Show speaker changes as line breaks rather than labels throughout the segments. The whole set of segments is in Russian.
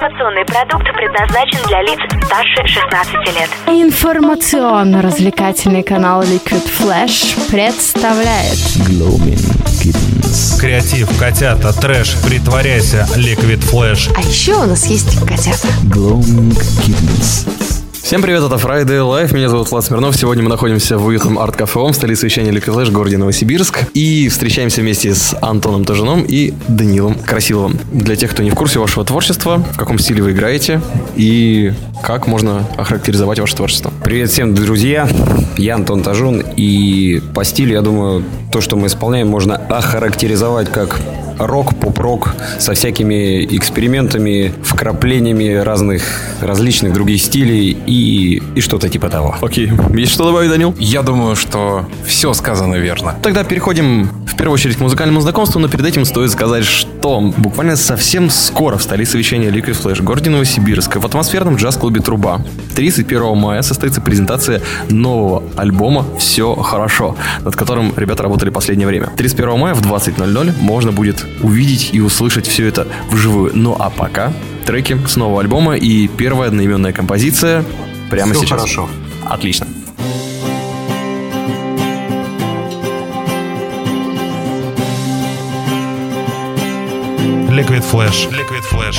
Информационный продукт предназначен для лиц старше 16 лет.
Информационно-развлекательный канал Liquid Flash представляет
Gloaming Kittens.
Креатив, котята, трэш, притворяйся, Liquid Flash.
А еще у нас есть котята.
Gloaming Kittens.
Всем привет, это Friday Live, меня зовут Влад Смирнов. Сегодня мы находимся в уютном арт-кафе в столице вещания Liquid Flash в городе Новосибирск. И встречаемся вместе с Антоном Тажуном и Данилом Красиловым. Для тех, кто не в курсе вашего творчества, в каком стиле вы играете и как можно охарактеризовать ваше творчество.
Привет всем, друзья, я Антон Тажун. И по стилю, я думаю, то, что мы исполняем, можно охарактеризовать как рок, поп-рок со всякими экспериментами, вкраплениями различных других стилей и что-то типа того.
Окей, есть что добавить, Данил?
Я думаю, что все сказано верно.
Тогда переходим в первую очередь к музыкальному знакомству, но перед этим стоит сказать, что буквально совсем скоро в столице вещания Liquid Flash в городе Новосибирск в атмосферном джаз-клубе «Труба» 31 мая состоится презентация нового альбома «Все хорошо», над которым ребята работали последнее время. 31 мая в 20:00 можно будет увидеть и услышать все это вживую. Ну а пока треки с нового альбома и первая одноименная композиция прямо
все
сейчас.
Хорошо.
Отлично.
Liquid Flash. Liquid Flash.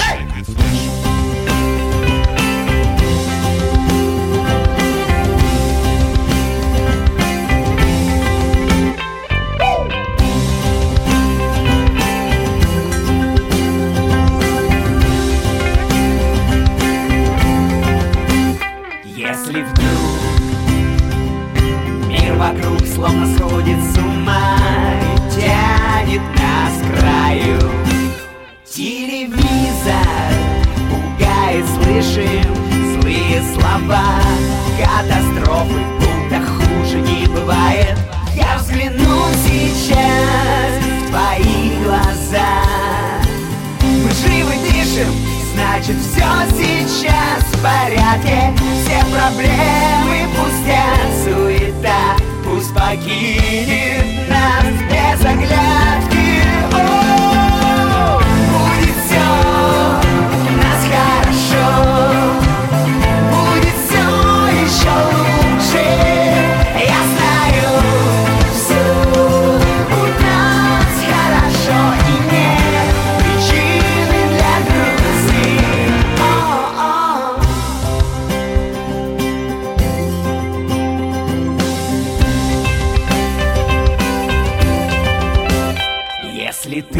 Если вдруг мир вокруг словно сходит с ума и тянет нас к краю, телевизор пугает, слышим злые слова, катастрофы будто хуже не бывает. Я взгляну сейчас в твои глаза, мы живы, дышим, значит все сейчас в порядке. Все проблемы пустят, суета пусть покинет нас без оглядки. О, будет все у нас хорошо, будет все еще лучше. Я знаю, все у нас хорошо и нет причины для грусти. Если ты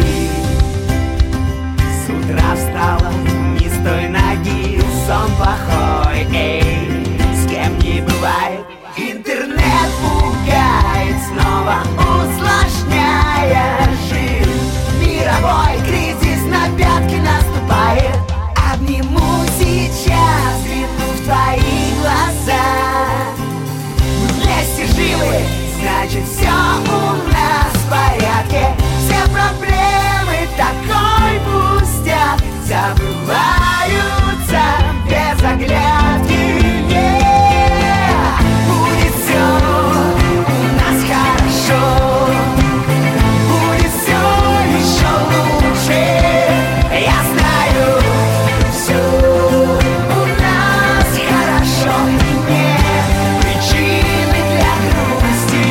с утра встала не с той ноги, сон плохой, эй, с кем не бывает. Интернет пугает, снова усложняя жизнь. Мировой кризис на пятки наступает. Обниму сейчас, взгляну в твои глаза. Мы вместе живы, значит все у нас в порядке. Все проблемы такой пустяк забываются без оглядки. Будет все у нас хорошо, будет все еще лучше. Я знаю, все у нас хорошо и нет причины для грусти.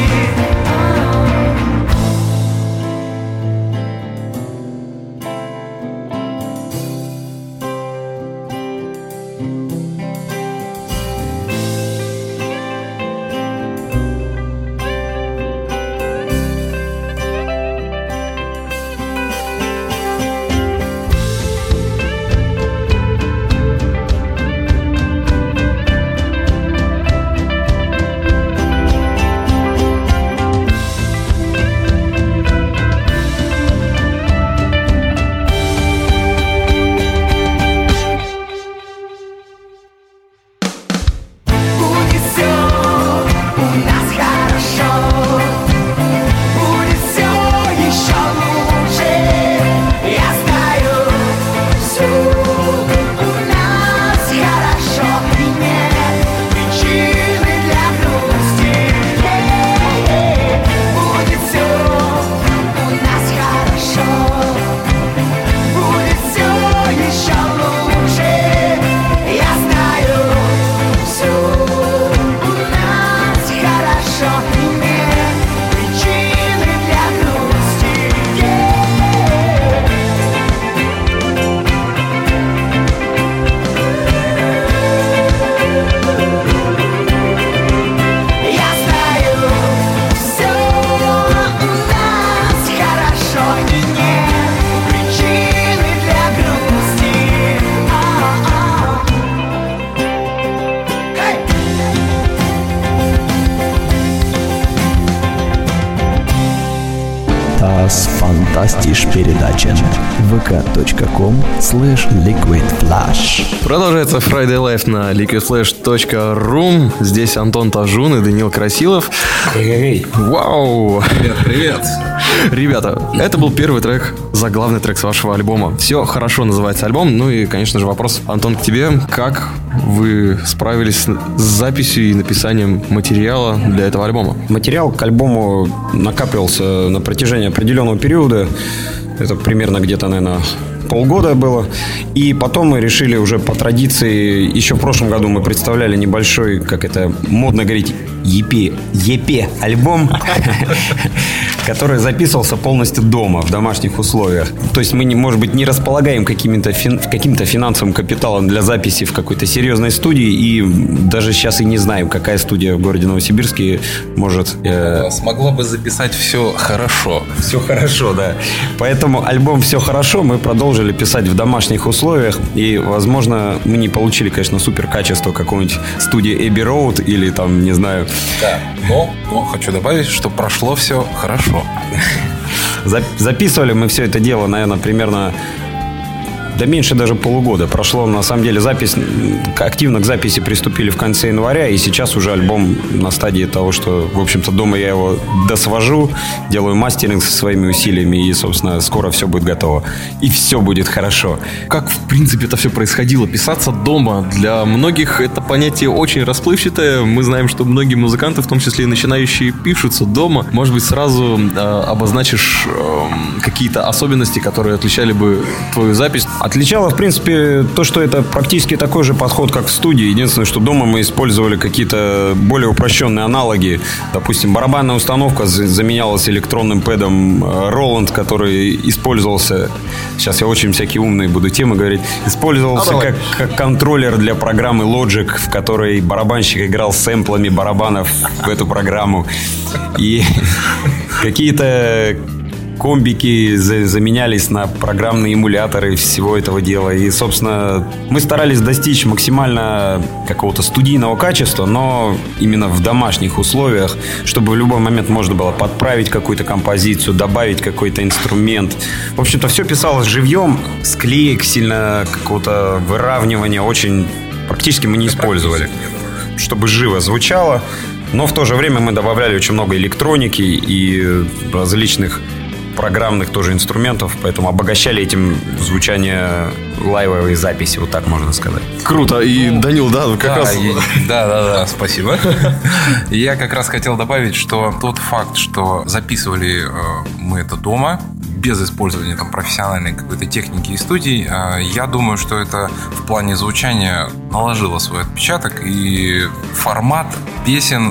Dutchen. vk.com/liquidflash.
Продолжается Friday Live на liquidflash.ru. Здесь Антон Тажун и Даниил Красилов. Вау!
Привет.
Ребята, это был первый трек, заглавный трек с вашего альбома. «Все хорошо» называется альбом. Ну и, конечно же, вопрос, Антон, к тебе. Как вы справились с записью и написанием материала для этого альбома?
Материал к альбому накапливался на протяжении определенного периода. Это примерно где-то, наверное, полгода было. И потом мы решили уже по традиции, еще в прошлом году мы представляли небольшой, как это модно говорить, EP-альбом, который записывался полностью дома, в домашних условиях. То есть мы, может быть, не располагаем каким-то финансовым капиталом для записи в какой-то серьезной студии. И даже сейчас и не знаем, какая студия в городе Новосибирске может...
Смогла бы записать «Все хорошо».
Все хорошо, да. Поэтому альбом «Все хорошо» мы продолжили писать в домашних условиях. И, возможно, мы не получили, конечно, супер качество какой-нибудь студии Abbey Road или там, не знаю...
Да, но хочу добавить, что прошло все хорошо.
Записывали мы все это дело, наверное, примерно... Да меньше даже полугода. Прошло, на самом деле, активно к записи приступили в конце января. И сейчас уже альбом на стадии того, что, в общем-то, дома я его досвожу, делаю мастеринг со своими усилиями. И, собственно, скоро все будет готово. И все будет хорошо.
Как, в принципе, это все происходило? Писаться дома. Для многих это понятие очень расплывчатое. Мы знаем, что многие музыканты, в том числе и начинающие, пишутся дома. Может быть, сразу обозначишь какие-то особенности, которые отличали бы твою запись?
Отличало, в принципе, то, что это практически такой же подход, как в студии. Единственное, что дома мы использовали какие-то более упрощенные аналоги. Допустим, барабанная установка заменялась электронным пэдом Roland, который использовался... Сейчас я очень всякие умные буду темы говорить. Использовался как контроллер для программы Logic, в которой барабанщик играл сэмплами барабанов в эту программу. И какие-то... комбики заменялись на программные эмуляторы всего этого дела. И, собственно, мы старались достичь максимально какого-то студийного качества, но именно в домашних условиях, чтобы в любой момент можно было подправить какую-то композицию, добавить какой-то инструмент. В общем-то, все писалось живьем, склеек сильно какого-то выравнивания очень практически мы не использовали, чтобы живо звучало. Но в то же время мы добавляли очень много электроники и различных программных тоже инструментов, поэтому обогащали этим звучание лайвовой записи, вот так можно сказать.
Круто. И, Данил, как раз...
Да, спасибо. Я как раз хотел добавить, что тот факт, что записывали мы это дома, без использования там профессиональной какой-то техники и студий, я думаю, что это в плане звучания наложило свой отпечаток, и формат песен,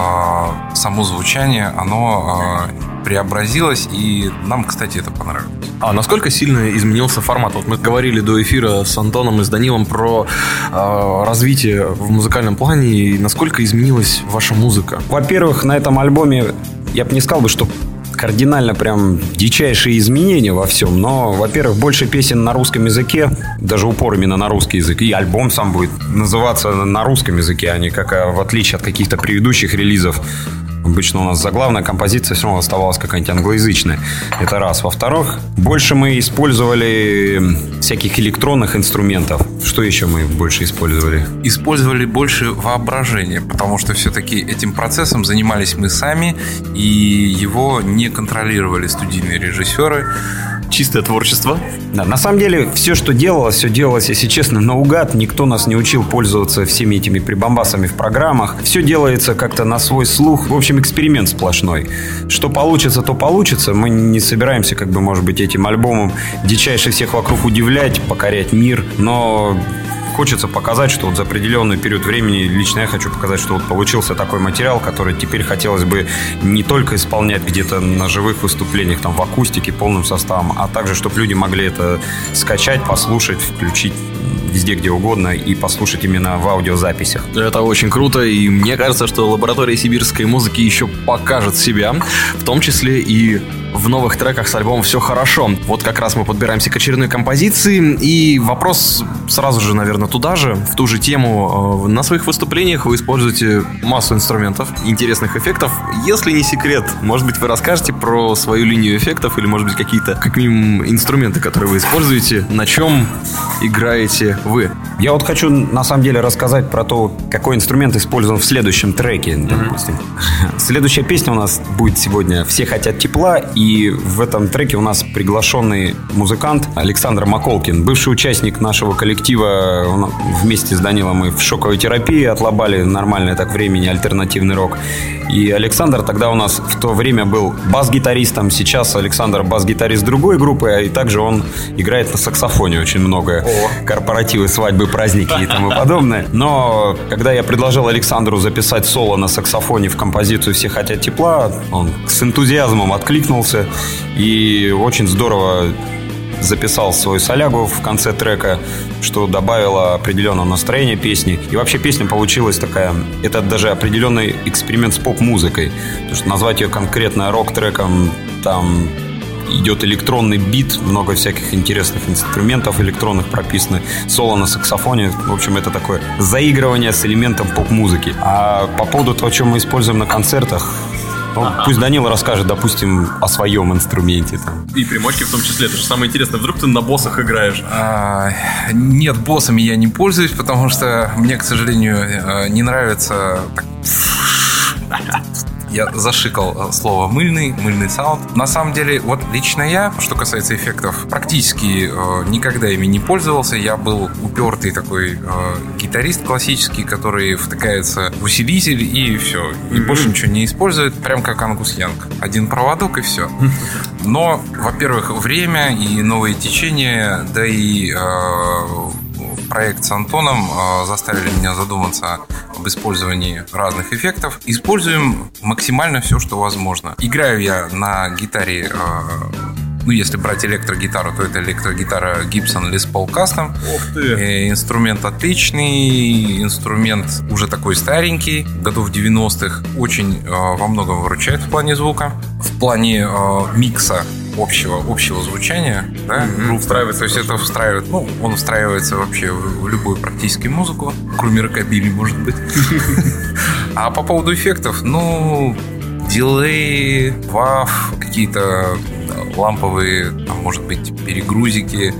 само звучание, оно преобразилось, и нам, кстати, это понравилось.
А насколько сильно изменился формат? Вот мы говорили до эфира с Антоном и с Данилом про развитие в музыкальном плане, и насколько изменилась ваша музыка?
Во-первых, на этом альбоме я бы не сказал, что кардинально прям дичайшие изменения во всем. Но, во-первых, больше песен на русском языке, даже упор именно на русский язык. И альбом сам будет называться на русском языке, а не в отличие от каких-то предыдущих релизов. Обычно у нас заглавная композиция все равно оставалась какая-нибудь англоязычная. Это раз. Во-вторых, больше мы использовали всяких электронных инструментов. Что еще мы больше использовали?
Использовали больше воображения, потому что все-таки этим процессом занимались мы сами, и его не контролировали студийные режиссеры.
Чистое творчество.
Да, на самом деле, все делалось, если честно, наугад. Никто нас не учил пользоваться всеми этими прибамбасами в программах. Все делается как-то на свой слух. В общем, эксперимент сплошной. Что получится, то получится. Мы не собираемся, может быть, этим альбомом дичайше всех вокруг удивлять, покорять мир. Но хочется показать, что вот за определенный период времени лично я хочу показать, что вот получился такой материал, который теперь хотелось бы не только исполнять где-то на живых выступлениях, там в акустике полным составом, а также, чтобы люди могли это скачать, послушать, включить везде, где угодно и послушать именно в аудиозаписях.
Это очень круто, и мне кажется, что лаборатория сибирской музыки еще покажет себя, в том числе и в новых треках с альбома все хорошо. Вот как раз мы подбираемся к очередной композиции. И вопрос сразу же, наверное, туда же, в ту же тему. На своих выступлениях вы используете массу инструментов, интересных эффектов. Если не секрет, может быть, вы расскажете про свою линию эффектов или, может быть, какие-то, как минимум, инструменты, которые вы используете, на чем играете вы?
Я вот хочу, на самом деле, рассказать про то, какой инструмент использован в следующем треке, допустим. Следующая песня у нас будет сегодня «Все хотят тепла», и в этом треке у нас приглашенный музыкант Александр Маколкин, бывший участник нашего коллектива. Вместе с Данилом мы в шоковой терапии отлобали нормальное так времени альтернативный рок. И Александр тогда у нас в то время был бас-гитаристом. Сейчас Александр бас-гитарист другой группы, и также он играет на саксофоне очень много. Корпоративы, свадьбы, праздники и тому подобное. Но когда я предложил Александру записать соло на саксофоне в композицию «Все хотят тепла», он с энтузиазмом откликнулся и очень здорово записал свою солягу в конце трека, что добавило определенного настроения песни. И вообще песня получилась такая, это даже определенный эксперимент с поп-музыкой. Потому что назвать ее конкретно рок-треком, там идет электронный бит, много всяких интересных инструментов электронных прописано, соло на саксофоне. В общем, это такое заигрывание с элементом поп-музыки. А по поводу того, что мы используем на концертах, пусть Данила расскажет, допустим, о своем инструменте там.
И примочки в том числе. Это же самое интересное. Вдруг ты на боссах играешь?
Нет, боссами я не пользуюсь, потому что мне, к сожалению, не нравится... Я зашикал слово мыльный саунд. На самом деле, вот лично я, что касается эффектов, практически никогда ими не пользовался. Я был упертый такой гитарист классический, который втыкается в усилитель и все. И больше ничего не использует, прям как Ангус Янг. Один проводок и все. Но, во-первых, время и новые течения, да и проект с Антоном заставили меня задуматься об использовании разных эффектов. Используем максимально все, что возможно. Играю я на гитаре, если брать электрогитару, то это электрогитара Gibson Les Paul Custom.
Ух ты!
Инструмент отличный, инструмент уже такой старенький, годов 90-х. Очень во многом выручает в плане звука, в плане микса общего звучания, да?
Встраивается.
То есть это встраивает, он встраивается вообще в любую практически музыку, кроме рокобили, может быть. А по поводу эффектов, дилей, вав, какие-то ламповые, там, может быть, перегрузики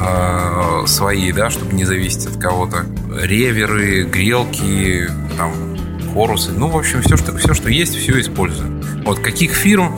свои, да, чтобы не зависеть от кого-то. Реверы, грелки, там, хорусы. В общем, все, что есть, все использую. Вот каких фирм?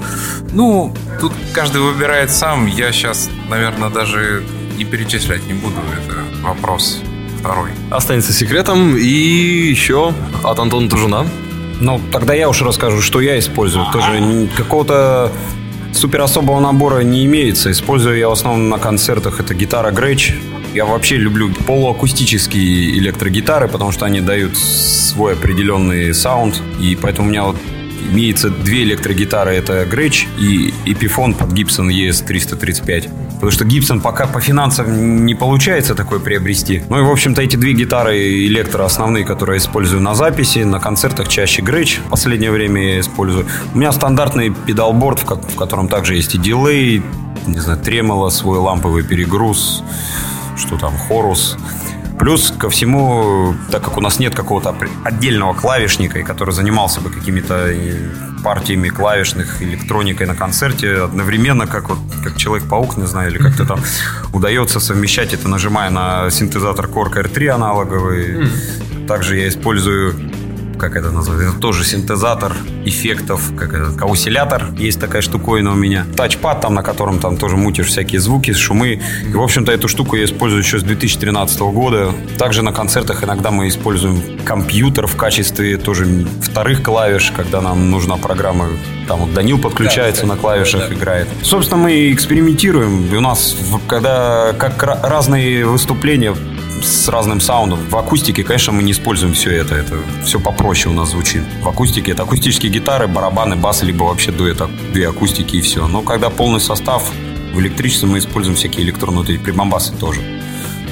Тут каждый выбирает сам. Я сейчас, наверное, даже и перечислять не буду. Это вопрос второй.
Останется секретом. И еще от Антона Тажуна.
Тогда я уж расскажу, что я использую. Тоже какого-то супер особого набора не имеется. Использую я в основном на концертах. Это гитара Gretsch. Я вообще люблю полуакустические электрогитары, потому что они дают свой определенный саунд. И поэтому у меня имеется две электрогитары. Это Gretsch и Epiphone под Gibson ES-335. Потому что Gibson пока по финансам не получается такое приобрести. И, в общем-то, эти две гитары электро основные, которые я использую на записи. На концертах чаще Gretsch. В последнее время я использую. У меня стандартный педалборд, в котором также есть и дилей, тремоло, свой ламповый перегруз, что там, хорус. Плюс ко всему, так как у нас нет какого-то отдельного клавишника, который занимался бы какими-то партиями клавишных, электроникой на концерте, одновременно, как Человек-паук, не знаю, или как-то там удается совмещать это, нажимая на синтезатор Korg R3 аналоговый. Также я использую, как это назвать, это тоже синтезатор эффектов, каусилятор, есть такая штуковина у меня. Тачпад, на котором там тоже мутишь всякие звуки, шумы. И, в общем-то, эту штуку я использую еще с 2013 года. Также на концертах иногда мы используем компьютер в качестве тоже вторых клавиш, когда нам нужна программа. Там вот Данил подключается, на клавишах играет. Собственно, мы экспериментируем. И у нас, когда разные выступления с разным саундом. В акустике, конечно, мы не используем все это. Это все попроще у нас звучит. В акустике это акустические гитары, барабаны, бас, либо вообще дуэт, две акустики и все. Но когда полный состав, в электричестве мы используем всякие электронные прибамбасы тоже.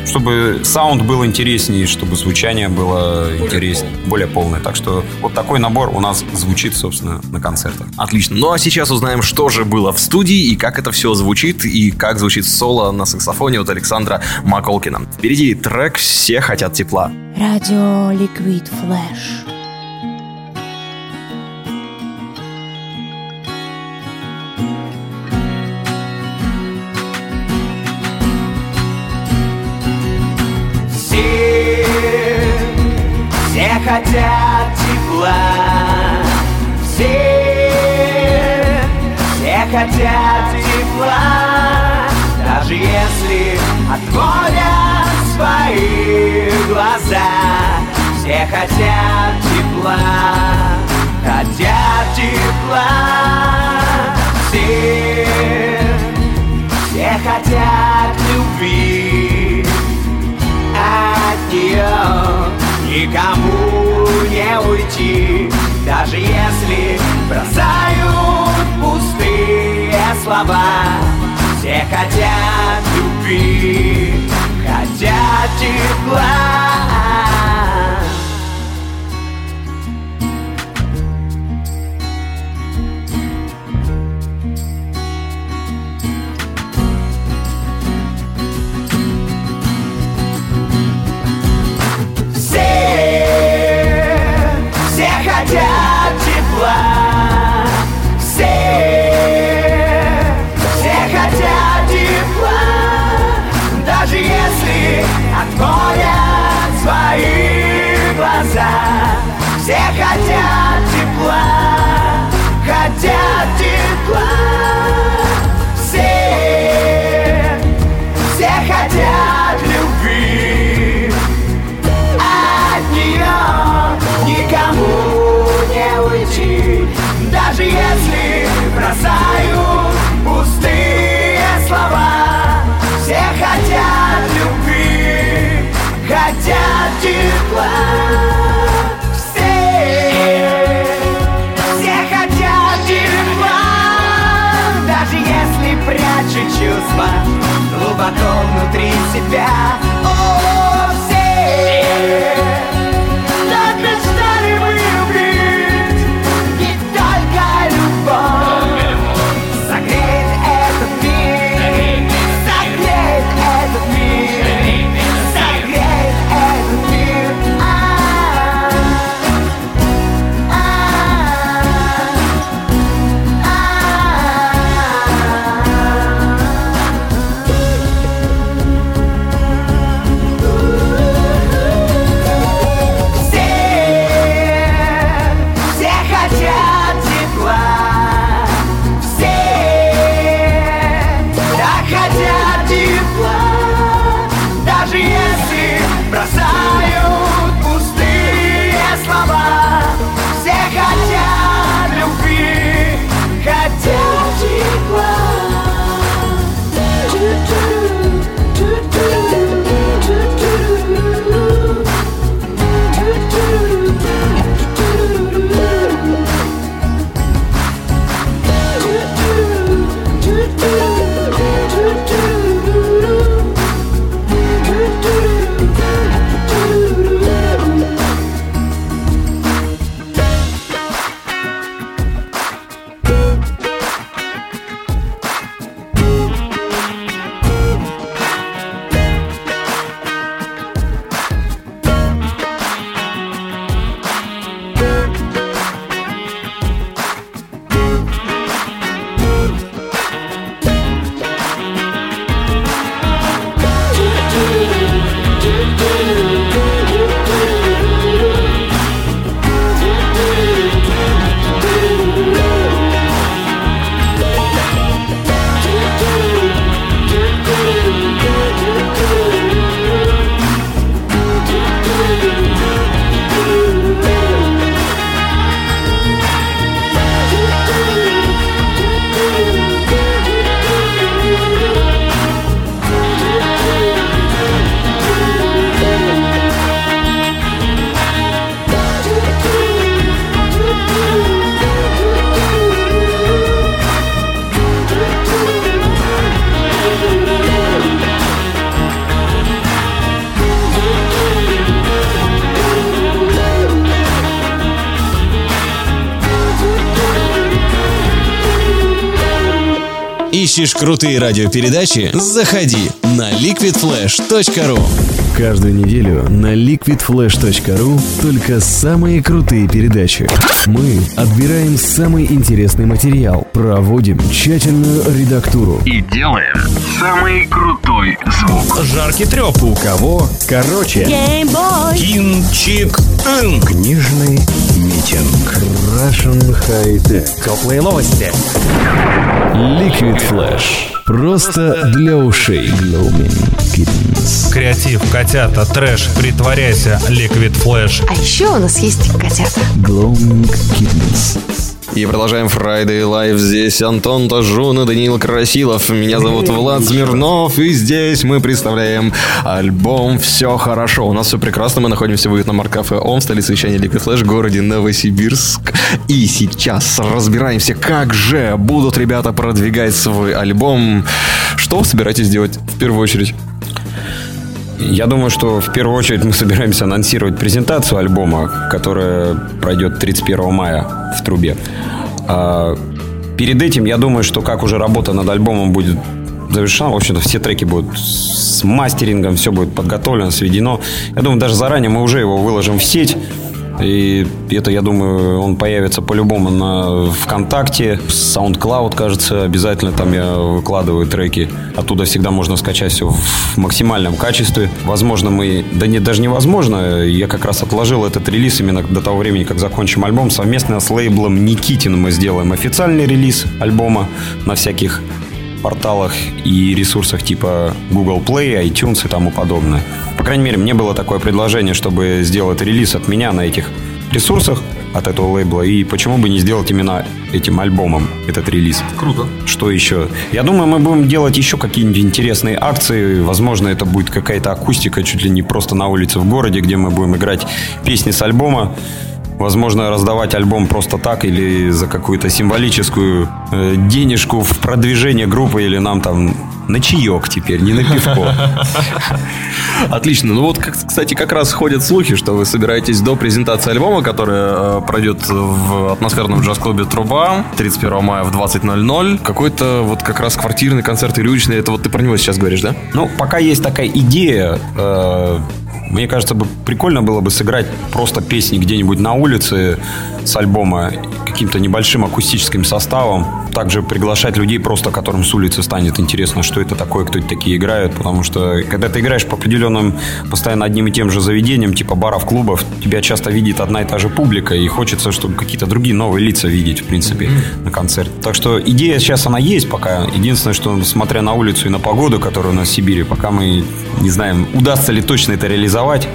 чтобы саунд был интереснее, чтобы звучание было интереснее, более полное. Так что вот такой набор у нас звучит, собственно, на концертах.
Отлично. Ну а сейчас узнаем, что же было в студии и как это все звучит, и как звучит соло на саксофоне от Александра Маколкина. Впереди трек «Все хотят тепла».
Радио Liquid Flash.
Все хотят тепла, все хотят тепла, даже если отводят свои глаза. Все хотят тепла, хотят тепла, все хотят любви. От нее никому не уйти, даже если бросают пустые слова. Все хотят любви, хотят тепла. Все хотят тепла, все хотят тепла, даже если отводят свои глаза. Все хотят тепла, хотят тепла, все хотят любви. От нее никому не уйти, даже если бросают пустые слова. Все хотят любви, хотят тепла. Все хотят тепла, даже если прячут чувства глубоко внутри себя. О, все так мечтали мы любить, не только любовь согреет этот мир, согреет этот мир, согреет этот мир.
Ищешь крутые радиопередачи? Заходи на liquidflash.ru.
Каждую неделю на liquidflash.ru только самые крутые передачи. Мы отбираем самый интересный материал, проводим тщательную редактуру
и делаем самый крутой звук.
Жаркий трёп.
У кого? Короче.
Кинчик.
Книжный митинг. Russian High-Tech.
Теплые новости.
Liquid Flash. Просто для ушей. Gloaming Kittens.
Креатив, котята, трэш, притворяйся, Liquid Flash.
А еще у нас есть котята.
Gloaming Kittens.
И продолжаем Friday Live. Здесь Антон Тажун и Даниил Красилов. Меня зовут Влад Смирнов. И здесь мы представляем альбом «Все хорошо». У нас все прекрасно. Мы находимся в уютном Арт-кафе ОМ, столице вещания Liquid Flash, городе Новосибирск. И сейчас разбираемся, как же будут ребята продвигать свой альбом. Что вы собираетесь делать в первую очередь?
Я думаю, что в первую очередь мы собираемся анонсировать презентацию альбома, которая пройдет 31 мая в Трубе. Перед этим, я думаю, что как уже работа над альбомом будет завершена, в общем-то, все треки будут с мастерингом, все будет подготовлено, сведено. Я думаю, даже заранее мы уже его выложим в сеть. И это, я думаю, он появится по-любому на ВКонтакте, SoundCloud, кажется, обязательно там я выкладываю треки. Оттуда всегда можно скачать все в максимальном качестве. Возможно, даже невозможно, я как раз отложил этот релиз именно до того времени, как закончим альбом. Совместно с лейблом Никитин мы сделаем официальный релиз альбома на всяких порталах и ресурсах типа Google Play, iTunes и тому подобное. По крайней мере, мне было такое предложение, чтобы сделать релиз от меня на этих ресурсах, от этого лейбла. И почему бы не сделать именно этим альбомом этот релиз?
Круто.
Что еще? Я думаю, мы будем делать еще какие-нибудь интересные акции. Возможно, это будет какая-то акустика, чуть ли не просто на улице в городе, где мы будем играть песни с альбома. Возможно, раздавать альбом просто так или за какую-то символическую денежку в продвижение группы, или нам там на чаек теперь, не на пивко.
Отлично. Ну вот, кстати, как раз ходят слухи, что вы собираетесь до презентации альбома, которая пройдет в атмосферном джаз-клубе «Труба» 31 мая в 20:00. Какой-то вот как раз квартирный концерт или уличный. Это вот ты про него сейчас говоришь, да?
Ну, пока есть такая идея. Мне кажется, прикольно было бы сыграть просто песни где-нибудь на улице с альбома каким-то небольшим акустическим составом. Также приглашать людей просто, которым с улицы станет интересно, что это такое, кто это такие играют. Потому что, когда ты играешь по определенным, постоянно одним и тем же заведениям, типа баров, клубов, тебя часто видит одна и та же публика, и хочется, чтобы какие-то другие новые лица видеть, в принципе, на концерте. Так что идея сейчас, она есть пока. Единственное, что, смотря на улицу и на погоду, которая у нас в Сибири, пока мы не знаем, удастся ли точно это реализовать.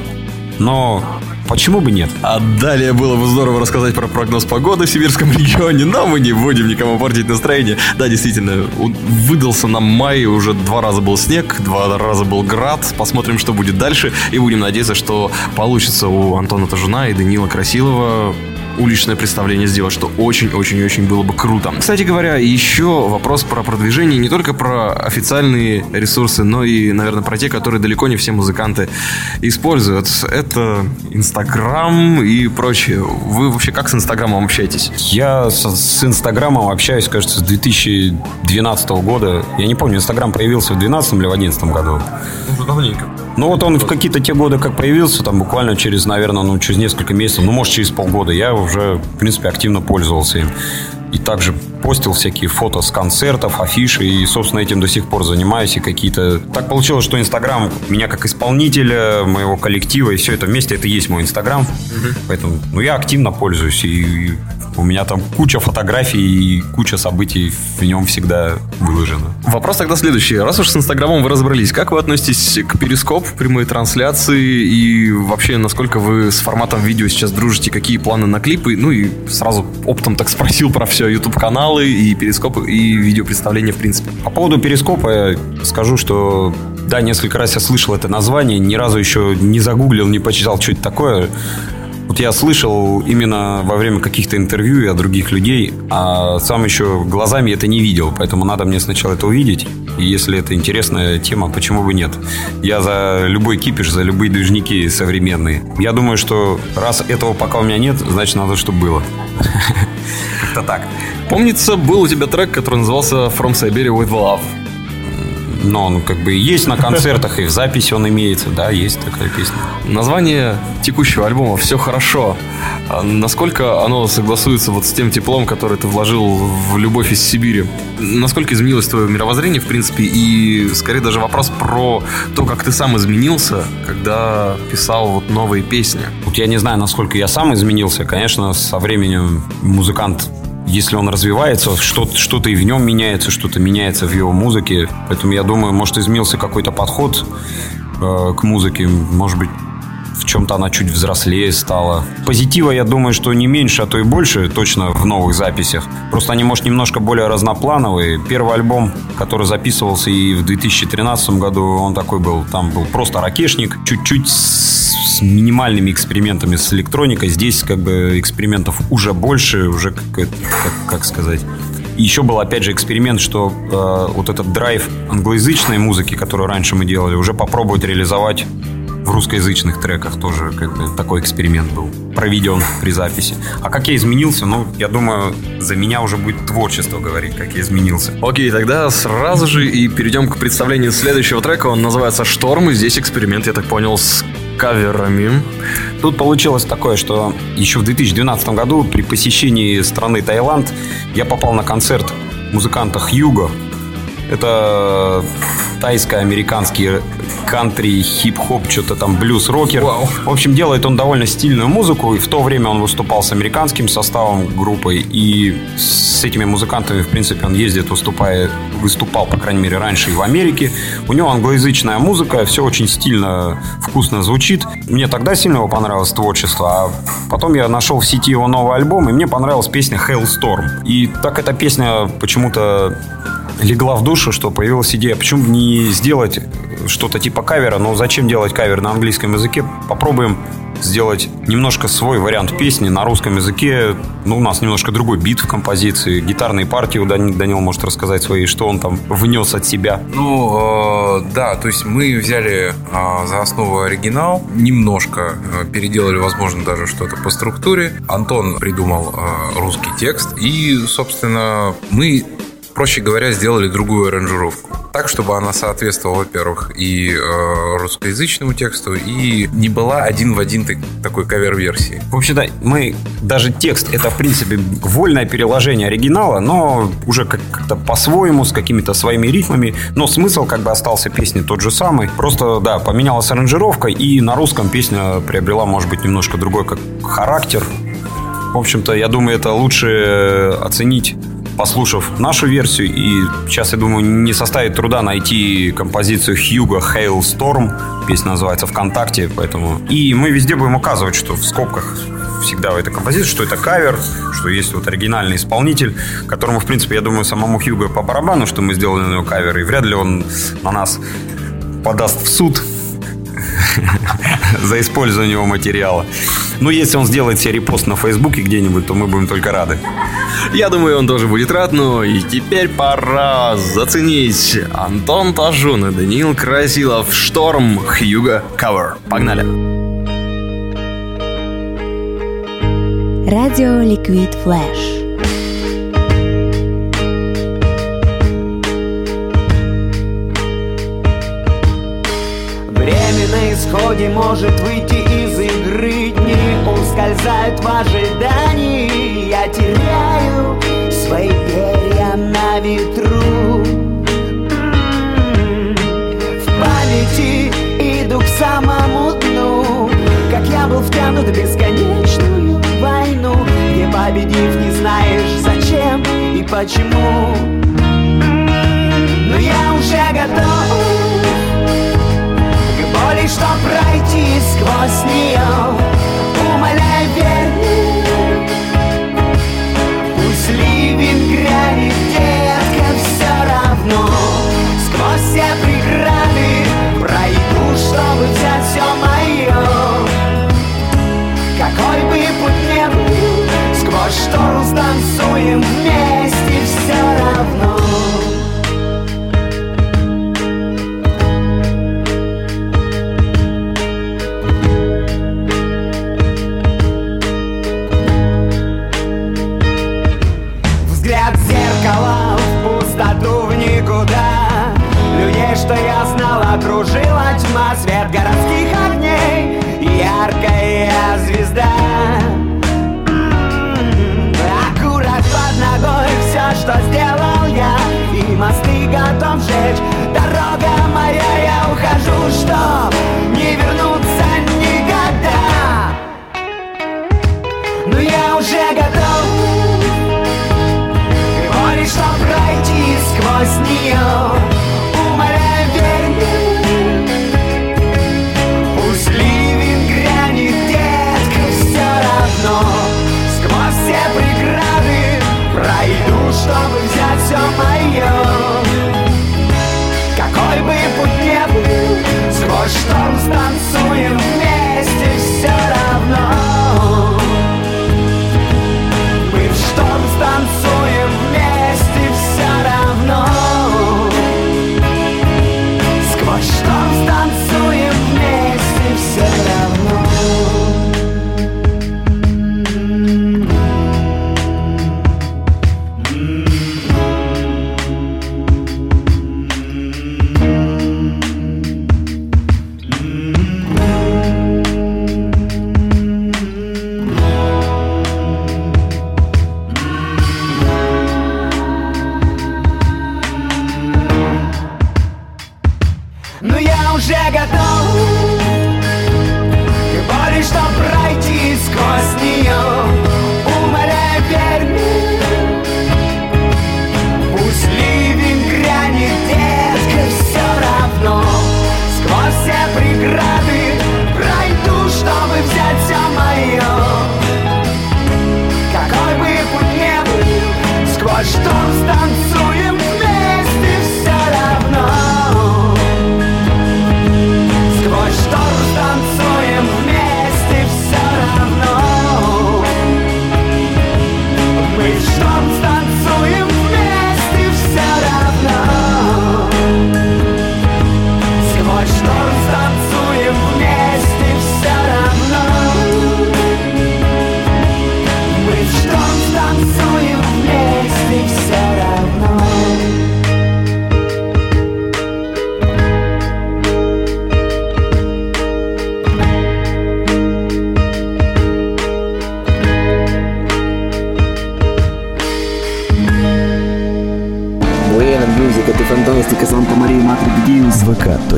Но почему бы нет?
А далее было бы здорово рассказать про прогноз погоды в сибирском регионе, но мы не будем никому портить настроение. Да, действительно, выдался нам май, уже 2 раза был снег, 2 раза был град. Посмотрим, что будет дальше, и будем надеяться, что получится у Антона Тажуна и Даниила Красилова уличное представление сделать, что очень-очень-очень было бы круто. Кстати говоря, еще вопрос про продвижение, не только про официальные ресурсы, но и, наверное, про те, которые далеко не все музыканты используют. Это Инстаграм и прочее. Вы вообще как с Инстаграмом общаетесь?
Я с Инстаграмом общаюсь, кажется, с 2012 года. Я не помню, Инстаграм появился в 2012 или в 2011 году.
Уже давненько.
Ну вот он в какие-то те годы, как появился, там буквально через, наверное, через несколько месяцев, может через полгода, я уже, в принципе, активно пользовался им. И также постил всякие фото с концертов, афиши, и, собственно, этим до сих пор занимаюсь. И какие-то... Так получилось, что Инстаграм меня как исполнителя, моего коллектива, и все это вместе, это и есть мой Инстаграм. Поэтому, я активно пользуюсь, и у меня там куча фотографий и куча событий в нем всегда выложено.
Вопрос тогда следующий. Раз уж с Инстаграмом вы разобрались, как вы относитесь к Перископ, прямые трансляции, и вообще, насколько вы с форматом видео сейчас дружите, какие планы на клипы? Ну и сразу оптом так спросил про все, YouTube-каналы и Перископ, и видеопредставления в принципе.
По поводу Перископа я скажу, что да, несколько раз я слышал это название, ни разу еще не загуглил, не почитал, что это такое. Вот я слышал именно во время каких-то интервью от других людей, а сам еще глазами это не видел, поэтому надо мне сначала это увидеть. И если это интересная тема, почему бы нет? Я за любой кипиш, за любые движники современные. Я думаю, что раз этого пока у меня нет, значит, надо, чтобы было. Как-то так.
Помнится, был у тебя трек, который назывался From Siberia with Love.
Но он как бы есть на концертах, и в записи он имеется. Да, есть такая песня.
Название текущего альбома «Все хорошо». Насколько оно согласуется вот с тем теплом, который ты вложил в «Любовь из Сибири»? Насколько изменилось твое мировоззрение, в принципе? И скорее даже вопрос про то, как ты сам изменился, когда писал вот новые песни.
Вот я не знаю, насколько я сам изменился. Конечно, со временем музыкант, если он развивается, что-то и в нем меняется, что-то меняется в его музыке. Поэтому я думаю, может, изменился какой-то подход к музыке. Может быть, в чем-то она чуть взрослее стала. Позитива, я думаю, что не меньше, а то и больше точно в новых записях. Просто они, может, немножко более разноплановые. Первый альбом, который записывался и в 2013 году, он такой был. Там был просто ракешник, чуть-чуть с минимальными экспериментами с электроникой. Здесь как бы экспериментов уже больше, уже как сказать. И еще был опять же эксперимент, что вот этот драйв англоязычной музыки, которую раньше мы делали, уже попробовать реализовать в русскоязычных треках. Тоже как бы такой эксперимент был проведен при записи. А как я изменился, ну, я думаю, за меня уже будет творчество говорить, как я изменился.
Окей, тогда сразу же и перейдем к представлению следующего трека. Он называется «Шторм», и здесь эксперимент, я так понял, с каверами.
Тут получилось такое, что еще в 2012 году при посещении страны Таиланд я попал на концерт музыканта Хьюго. Это тайско-американский кантри, хип-хоп, что-то там блюз-рокер.
Вау.
В общем, делает он довольно стильную музыку. И в то время он выступал с американским составом группой. И с этими музыкантами, в принципе, он ездит, выступал, по крайней мере, раньше и в Америке. У него англоязычная музыка, все очень стильно, вкусно звучит. Мне тогда сильно его понравилось творчество. А потом я нашел в сети его новый альбом, и мне понравилась песня «Hailstorm». И так эта песня почему-то легла в душу, что появилась идея, почему бы не сделать что-то типа кавера. Но зачем делать кавер на английском языке? Попробуем сделать немножко свой вариант песни на русском языке. Ну, у нас немножко другой бит в композиции, гитарные партии. Данил может рассказать свои, что он там внес от себя.
Ну, да, то есть мы взяли за основу оригинал, немножко переделали, возможно, даже что-то по структуре. Антон придумал русский текст, и, собственно, мы, проще говоря, сделали другую аранжировку. Так, чтобы она соответствовала, во-первых, и русскоязычному тексту, и не была один в один такой кавер-версии.
В общем-то, мы даже текст, это, в принципе, вольное переложение оригинала, но уже как-то по-своему, с какими-то своими ритмами. Но смысл как бы остался песни тот же самый. Просто, да, поменялась аранжировка, и на русском песня приобрела, может быть, немножко другой как характер. В общем-то, я думаю, это лучше оценить, послушав нашу версию. И сейчас, я думаю, не составит труда найти композицию Хьюго «Hailstorm». Песня называется «ВКонтакте», поэтому... И мы везде будем указывать, что в скобках всегда в этой композиции, что это кавер, что есть вот оригинальный исполнитель, которому, в принципе, я думаю, самому Хьюго по барабану, что мы сделали на него кавер, и вряд ли он на нас подаст в суд за использование его материала. Но если он сделает себе репост на Фейсбуке где-нибудь, то мы будем только рады.
Я думаю, он тоже будет рад. Ну и теперь пора заценить Антон Тажун и Даниил Красилов «Шторм», Хьюго кавер. Погнали.
Радио Liquid Flash.
Время на исходе может выйти из игры. Дни ускользают в ожидании. Я теряю свои перья на ветру. В памяти иду к самому дну, как я был втянут в бесконечную войну, где, победив, не знаешь зачем и почему. Но я уже готов к боли, чтоб пройти сквозь нее. Умоляй, верь, пусть ливень грянет, детка, все равно. Сквозь все преграды пройду, чтобы взять все мое. Какой бы путь ни был, сквозь шторм станцуем вместе, все равно.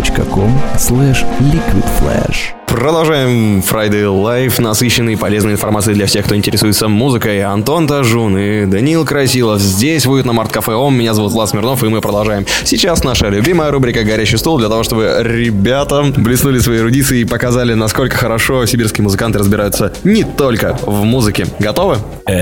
liquidflash.
Продолжаем Friday Live, насыщенный полезной информацией для всех, кто интересуется музыкой. Антон Тажун и Даниил Красилов здесь, в уютном арт-кафе ОМ. Меня зовут Влад Смирнов, и мы продолжаем. Сейчас наша любимая рубрика «Горящий стол», для того, чтобы ребята блеснули своей эрудицией и показали, насколько хорошо сибирские музыканты разбираются не только в музыке. Готовы?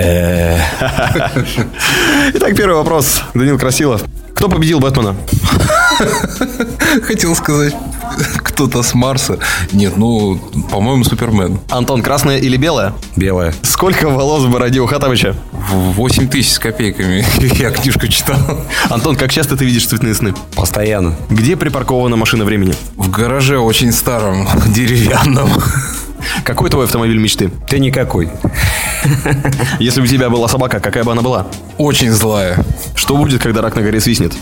Итак, первый вопрос. Даниил Красилов. Кто победил Бэтмена?
Хотел сказать, кто-то с Марса. Нет, по-моему, Супермен.
Антон, красная или белая?
Белая.
Сколько волос в бороде у Хаттабыча?
8 тысяч с копейками. Я книжку читал.
Антон, как часто ты видишь цветные сны?
Постоянно.
Где припаркована машина времени?
В гараже очень старом, деревянном.
Какой твой автомобиль мечты?
Ты никакой.
Если бы у тебя была собака, какая бы она была?
Очень злая.
Что будет, когда рак на горе свистнет?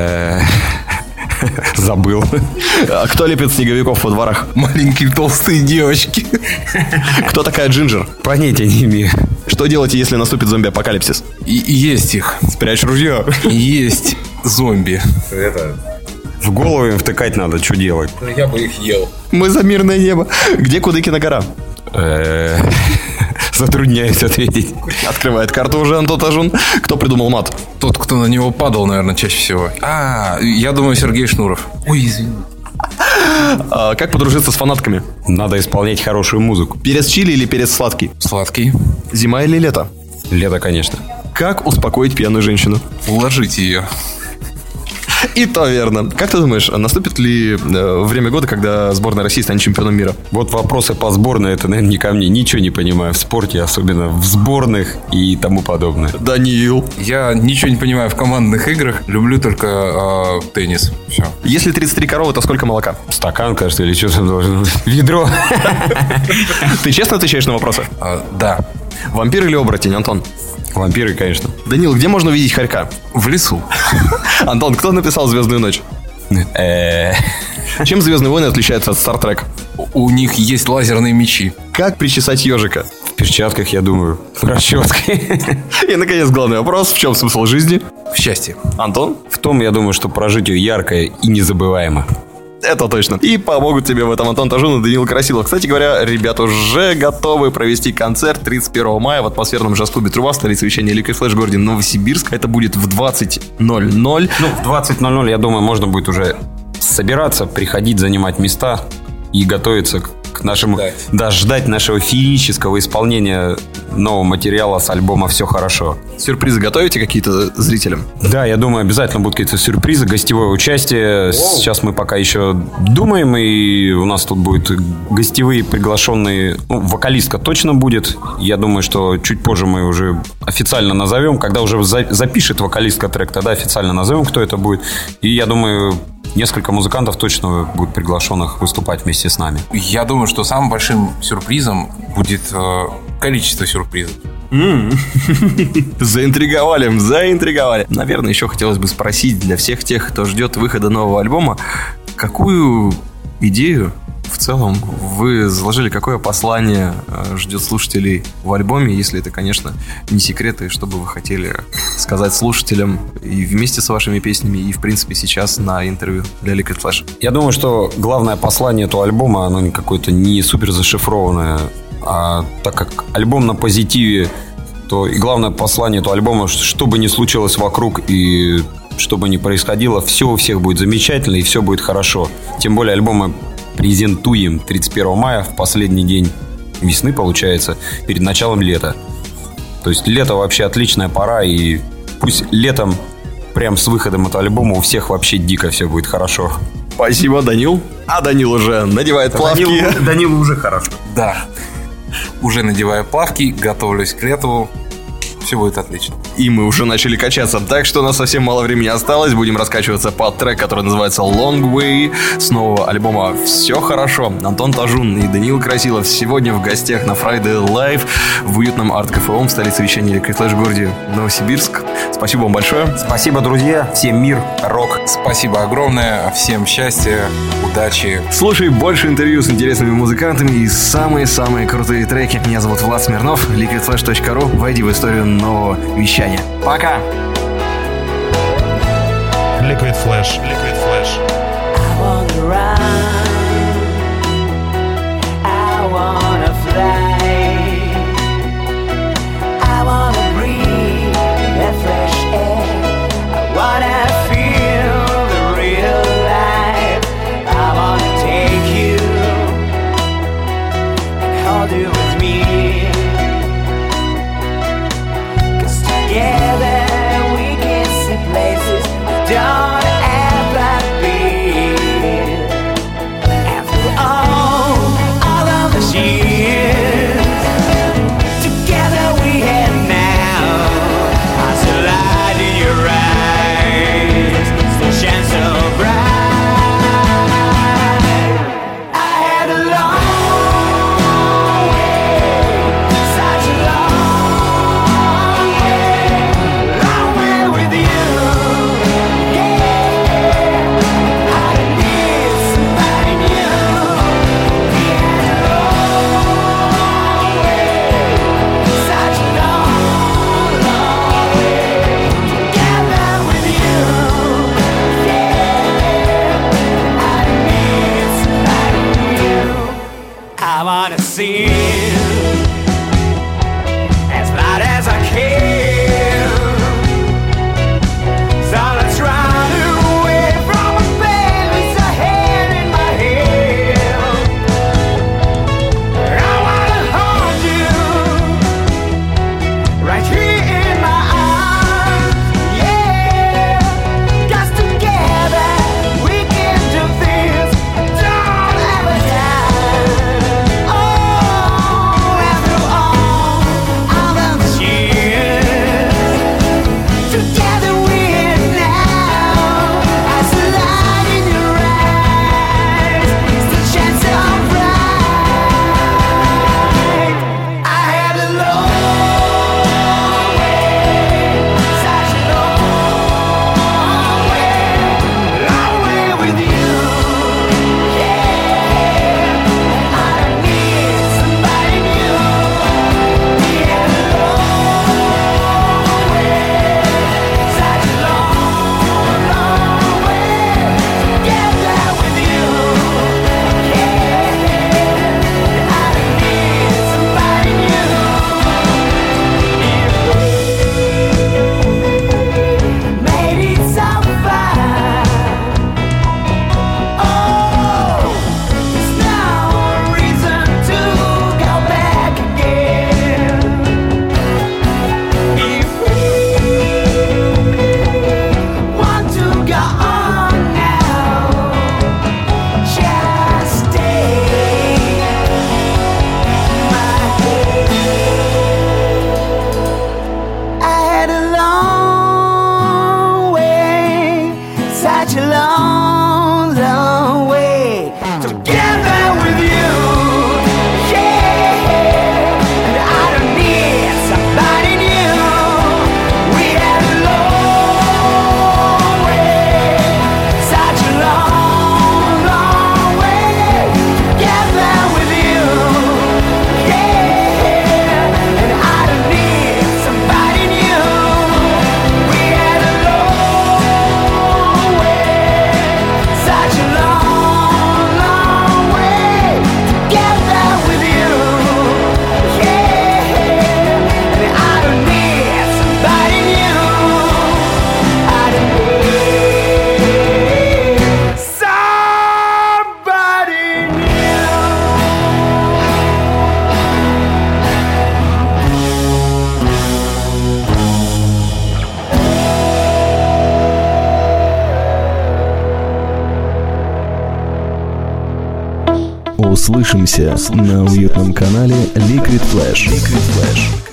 Забыл.
А кто лепит снеговиков во дворах?
Маленькие толстые девочки.
Кто такая Джинджер?
Понятия не имею.
Что делать, если наступит зомби-апокалипсис?
И есть их.
Спрячь ружье.
Есть зомби.
В голову им втыкать надо, что делать?
Я бы их ел.
Мы за мирное небо. Где Кудыкина гора?
Затрудняюсь ответить.
Открывает карту уже Антон Тажун. Кто придумал мат?
Тот, кто на него падал, наверное, чаще всего. Я думаю, Сергей Шнуров. Ой, извини.
Как подружиться с фанатками?
Надо исполнять хорошую музыку.
Перец чили или перец сладкий?
Сладкий.
Зима или лето?
Лето, конечно.
Как успокоить пьяную женщину?
Уложить ее.
И то верно. Как ты думаешь, наступит ли время года, когда сборная России станет чемпионом мира?
Вот вопросы по сборной, это, наверное, не ко мне. Ничего не понимаю в спорте, особенно в сборных и тому подобное.
Даниил.
Я ничего не понимаю в командных играх. Люблю только теннис. Все.
Если 33 коровы, то сколько молока?
Стакан, кажется, или что там должно быть? Ведро.
Ты честно отвечаешь на вопросы?
Да.
Вампир или оборотень, Антон?
Вампиры, конечно.
Данил, где можно увидеть хорька?
В лесу.
Антон, кто написал «Звездную ночь»? Чем «Звездные войны» отличаются от «Стартрек»?
У них есть лазерные мечи.
Как причесать ежика?
В перчатках, я думаю. Расческой.
И, наконец, главный вопрос. В чем смысл жизни?
В счастье.
Антон?
В том, я думаю, что прожить ее яркое и незабываемо.
Это точно. И помогут тебе в этом Антон Тажун и Даниил Красилов. Кстати говоря, ребята уже готовы провести концерт 31 мая в атмосферном джаз-клубе «Труба» в столице вещания Liquid Flash в городе Новосибирск. Это будет в 20:00.
В 20:00, я думаю, можно будет уже собираться, приходить, занимать места и готовиться к нашему... ждать нашего феерического исполнения нового материала с альбома «Все хорошо».
Сюрпризы готовите какие-то зрителям?
Да, я думаю, обязательно будут какие-то сюрпризы, гостевое участие. Сейчас мы пока еще думаем, и у нас тут будут гостевые приглашенные... вокалистка точно будет. Я думаю, что чуть позже мы уже официально назовем. Когда уже запишет вокалистка трек, тогда официально назовем, кто это будет. И я думаю... Несколько музыкантов точно будут приглашенных выступать вместе с нами.
Я думаю, что самым большим сюрпризом будет количество сюрпризов.
Заинтриговали. Наверное, еще хотелось бы спросить для всех тех, кто ждет выхода нового альбома, какую идею в целом вы заложили, какое послание ждет слушателей в альбоме, если это, конечно, не секреты, что бы вы хотели сказать слушателям и вместе с вашими песнями, и, в принципе, сейчас на интервью для Liquid Flash?
Я думаю, что главное послание этого альбома, оно какое-то не супер зашифрованное, а так как альбом на позитиве, то и главное послание этого альбома, что бы ни случилось вокруг и что бы ни происходило, все у всех будет замечательно и все будет хорошо. Тем более альбомы презентуем 31 мая, в последний день весны, получается, перед началом лета. То есть лето вообще отличная пора, и пусть летом, прям с выходом этого альбома, у всех вообще дико все будет хорошо.
Спасибо, Данил. А Данил уже надевает плавки.
Данилу уже хорошо.
Да. Уже надеваю плавки, готовлюсь к лету. Все будет отлично.
И мы уже начали качаться, так что у нас совсем мало времени осталось. Будем раскачиваться под трек, который называется Long Way, с нового альбома «Все хорошо». Антон Тажун и Даниил Красилов сегодня в гостях на Friday Live в уютном арт-кафе ОМ в столице вещания Liquid Flash в городе Новосибирск. Спасибо вам большое.
Спасибо, друзья. Всем мир, рок.
Спасибо огромное. Всем счастья, удачи.
Слушай больше интервью с интересными музыкантами и самые-самые крутые треки. Меня зовут Влад Смирнов. liquidflash.ru. Войди в историю нового вещания. Пока!
Liquid Flash. Liquid Flash.
I wanna ride hold you with me. 'Cause together we can see places don't ever been. After all of the years, together we have now. I see light in your eyes, still shine so bright. I wanna see as loud as I can. So let's run away from a pain with a hand in my hand. I wanna hold you right here in my arms. Yeah, 'cause together we can do things don't ever die. After all of the years, together we're now. I see light in your eyes, still shine so bright. I had a long way, such a long way with you. Yeah, I need somebody new. We had a long way, such a long way together with you. Yeah, I need somebody new. Made it so far. Oh, there's no reason to go back again. If we want to go on now, just take my hand. I had a long way, such a long way together with you. Yeah, and I don't need somebody new. We had a long way, such a long way together with you. Yeah, and I don't need somebody new. We had a long way, such a long way together with you. Yeah, and I don't need somebody new. I don't need somebody new.
Услышимся на уютном канале Liquid Flash.